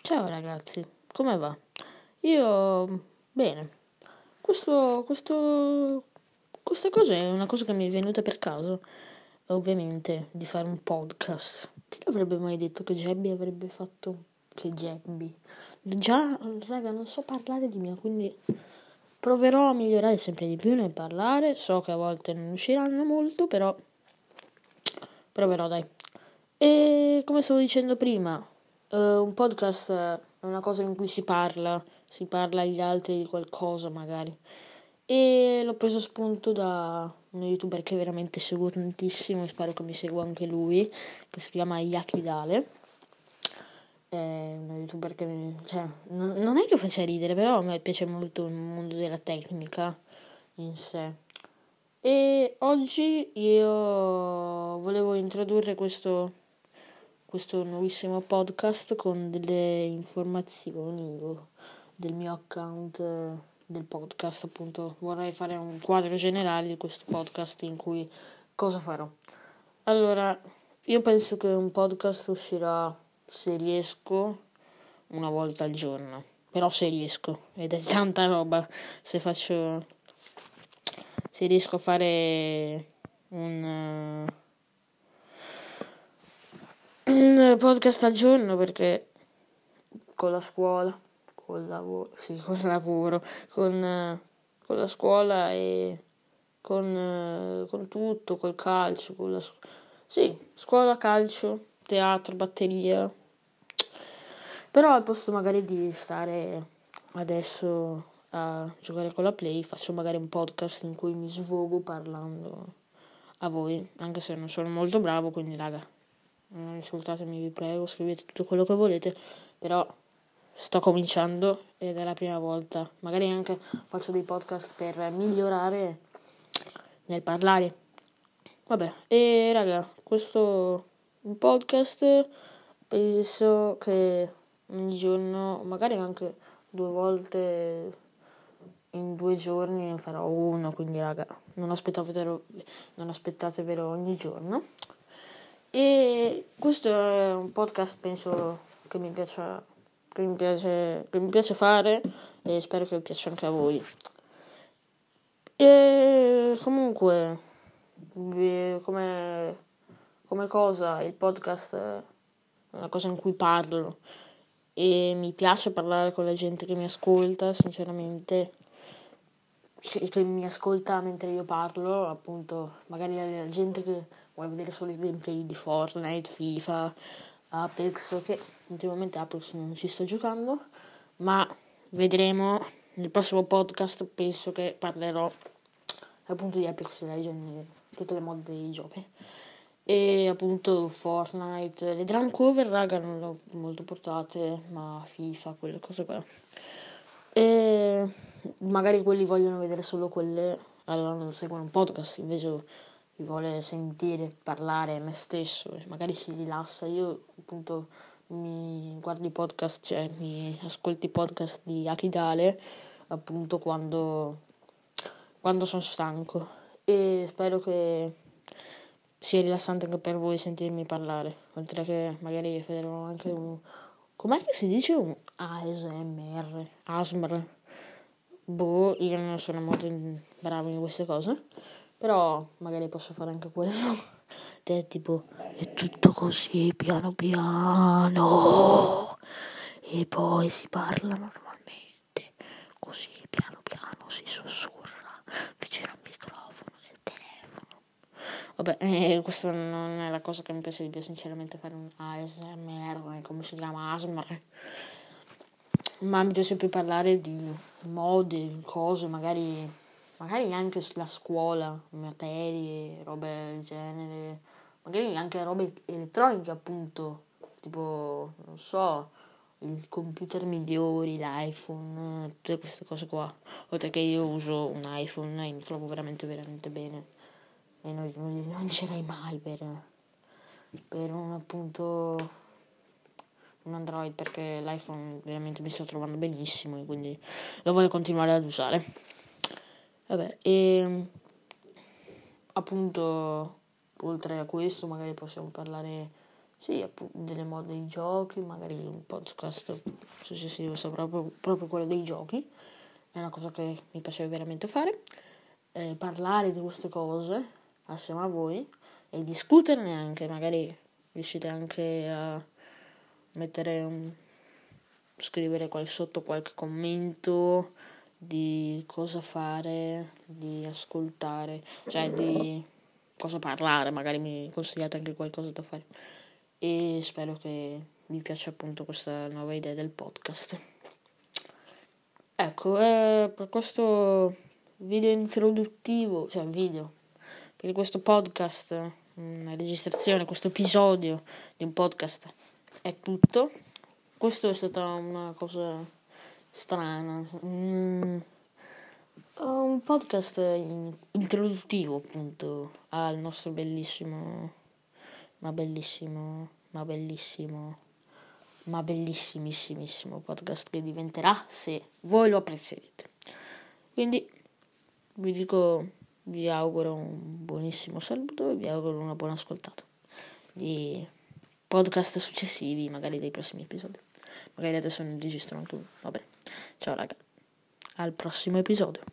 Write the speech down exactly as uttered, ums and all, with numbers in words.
Ciao ragazzi, come va? Io bene. Questo, questo, questa cosa è una cosa che mi è venuta per caso, ovviamente, di fare un podcast. Chi avrebbe mai detto che Gabby avrebbe fatto... Che Gabby? Già, raga, non so parlare di mio, quindi proverò a migliorare sempre di più nel parlare. So che a volte non usciranno molto, però proverò, dai. E come stavo dicendo prima, eh, un podcast è una cosa in cui si parla, si parla agli altri di qualcosa magari. E l'ho preso spunto da uno youtuber che veramente seguo tantissimo, spero che mi segua anche lui, che si chiama Yakidale. È uno youtuber che mi, cioè, non, non è che faccia ridere, però a me piace molto il mondo della tecnica in sé. E oggi io volevo introdurre questo questo nuovissimo podcast con delle informazioni del mio account del podcast. Appunto vorrei fare un quadro generale di questo podcast in cui cosa farò. Allora, io penso che un podcast uscirà, se riesco, una volta al giorno, però se riesco, ed è tanta roba. Se faccio se riesco a fare un un podcast al giorno, perché con la scuola, col lavoro, sì, col lavoro, con, con la scuola e con, con tutto, col calcio, con la sì, scuola, calcio, teatro, batteria. Però al posto magari di stare adesso a giocare con la Play, faccio magari un podcast in cui mi sfogo parlando a voi, anche se non sono molto bravo, quindi raga, non insultatemi, vi prego, scrivete tutto quello che volete, però sto cominciando ed è la prima volta. Magari anche faccio dei podcast per migliorare nel parlare. Vabbè, e raga, questo un podcast penso che ogni giorno, magari anche due volte in due giorni ne farò uno, quindi raga, non aspettatevelo, non aspettatevelo ogni giorno. E questo è un podcast, penso, che mi piace, che mi piace, che mi piace fare, e spero che piaccia anche a voi. E comunque, come, come cosa, il podcast è una cosa in cui parlo e mi piace parlare con la gente che mi ascolta, sinceramente, che mi ascolta mentre io parlo, appunto, magari la gente che vuole vedere solo i gameplay di Fortnite, FIFA, Apex, che ultimamente Apex non ci sto giocando, ma vedremo nel prossimo podcast. Penso che parlerò appunto di Apex Legends, tutte le mod dei giochi, e appunto Fortnite, le drum cover raga non le ho molto portate, ma FIFA, quelle cose qua. E magari quelli vogliono vedere solo quelle, allora non seguono un podcast, invece chi vuole sentire parlare me stesso e magari si rilassa. Io appunto mi guardo i podcast, cioè mi ascolto i podcast di Akidale appunto quando quando sono stanco, e spero che sia rilassante anche per voi sentirmi parlare, oltre che magari farò anche un, com'è che si dice, un A S M R, A S M R. Boh, io non sono molto bravo in queste cose, però magari posso fare anche quello. Te tipo, è tutto così piano piano e poi si parla normalmente, così piano piano si sussurra vicino al microfono del telefono. Vabbè, eh, questa non è la cosa che mi piace di più, sinceramente, fare un A S M R, come si chiama, A S M R. Ma mi piace più parlare di modi, cose, magari, magari anche sulla scuola, materie, robe del genere, magari anche robe elettroniche, appunto, tipo, non so, il computer migliori, l'iPhone, tutte queste cose qua. Oltre che io uso un iPhone e mi trovo veramente, veramente bene. E non, non, non c'erei mai per, per un appunto un Android, perché l'iPhone veramente mi sto trovando benissimo e quindi lo voglio continuare ad usare. Vabbè, e appunto oltre a questo magari possiamo parlare sì, appunto, delle mode dei giochi, magari un podcast successivo sarà proprio, proprio quello dei giochi, è una cosa che mi piace veramente fare, eh, parlare di queste cose assieme a voi e discuterne anche, magari riuscite anche a mettere un, scrivere qua sotto qualche commento di cosa fare, di ascoltare, cioè di cosa parlare, magari mi consigliate anche qualcosa da fare e spero che vi piaccia appunto questa nuova idea del podcast. Ecco, eh, per questo video introduttivo, cioè video, per questo podcast, una registrazione, questo episodio di un podcast è tutto. Questo è stata una cosa strana, un, un podcast in, introduttivo appunto al nostro bellissimo, ma bellissimo, ma bellissimo, ma bellissimissimissimo podcast che diventerà se voi lo apprezzerete. Quindi vi dico, vi auguro un buonissimo saluto e vi auguro una buona ascoltata di podcast successivi, magari dei prossimi episodi. Magari adesso ne registro anche uno. Va bene. Ciao raga, al prossimo episodio.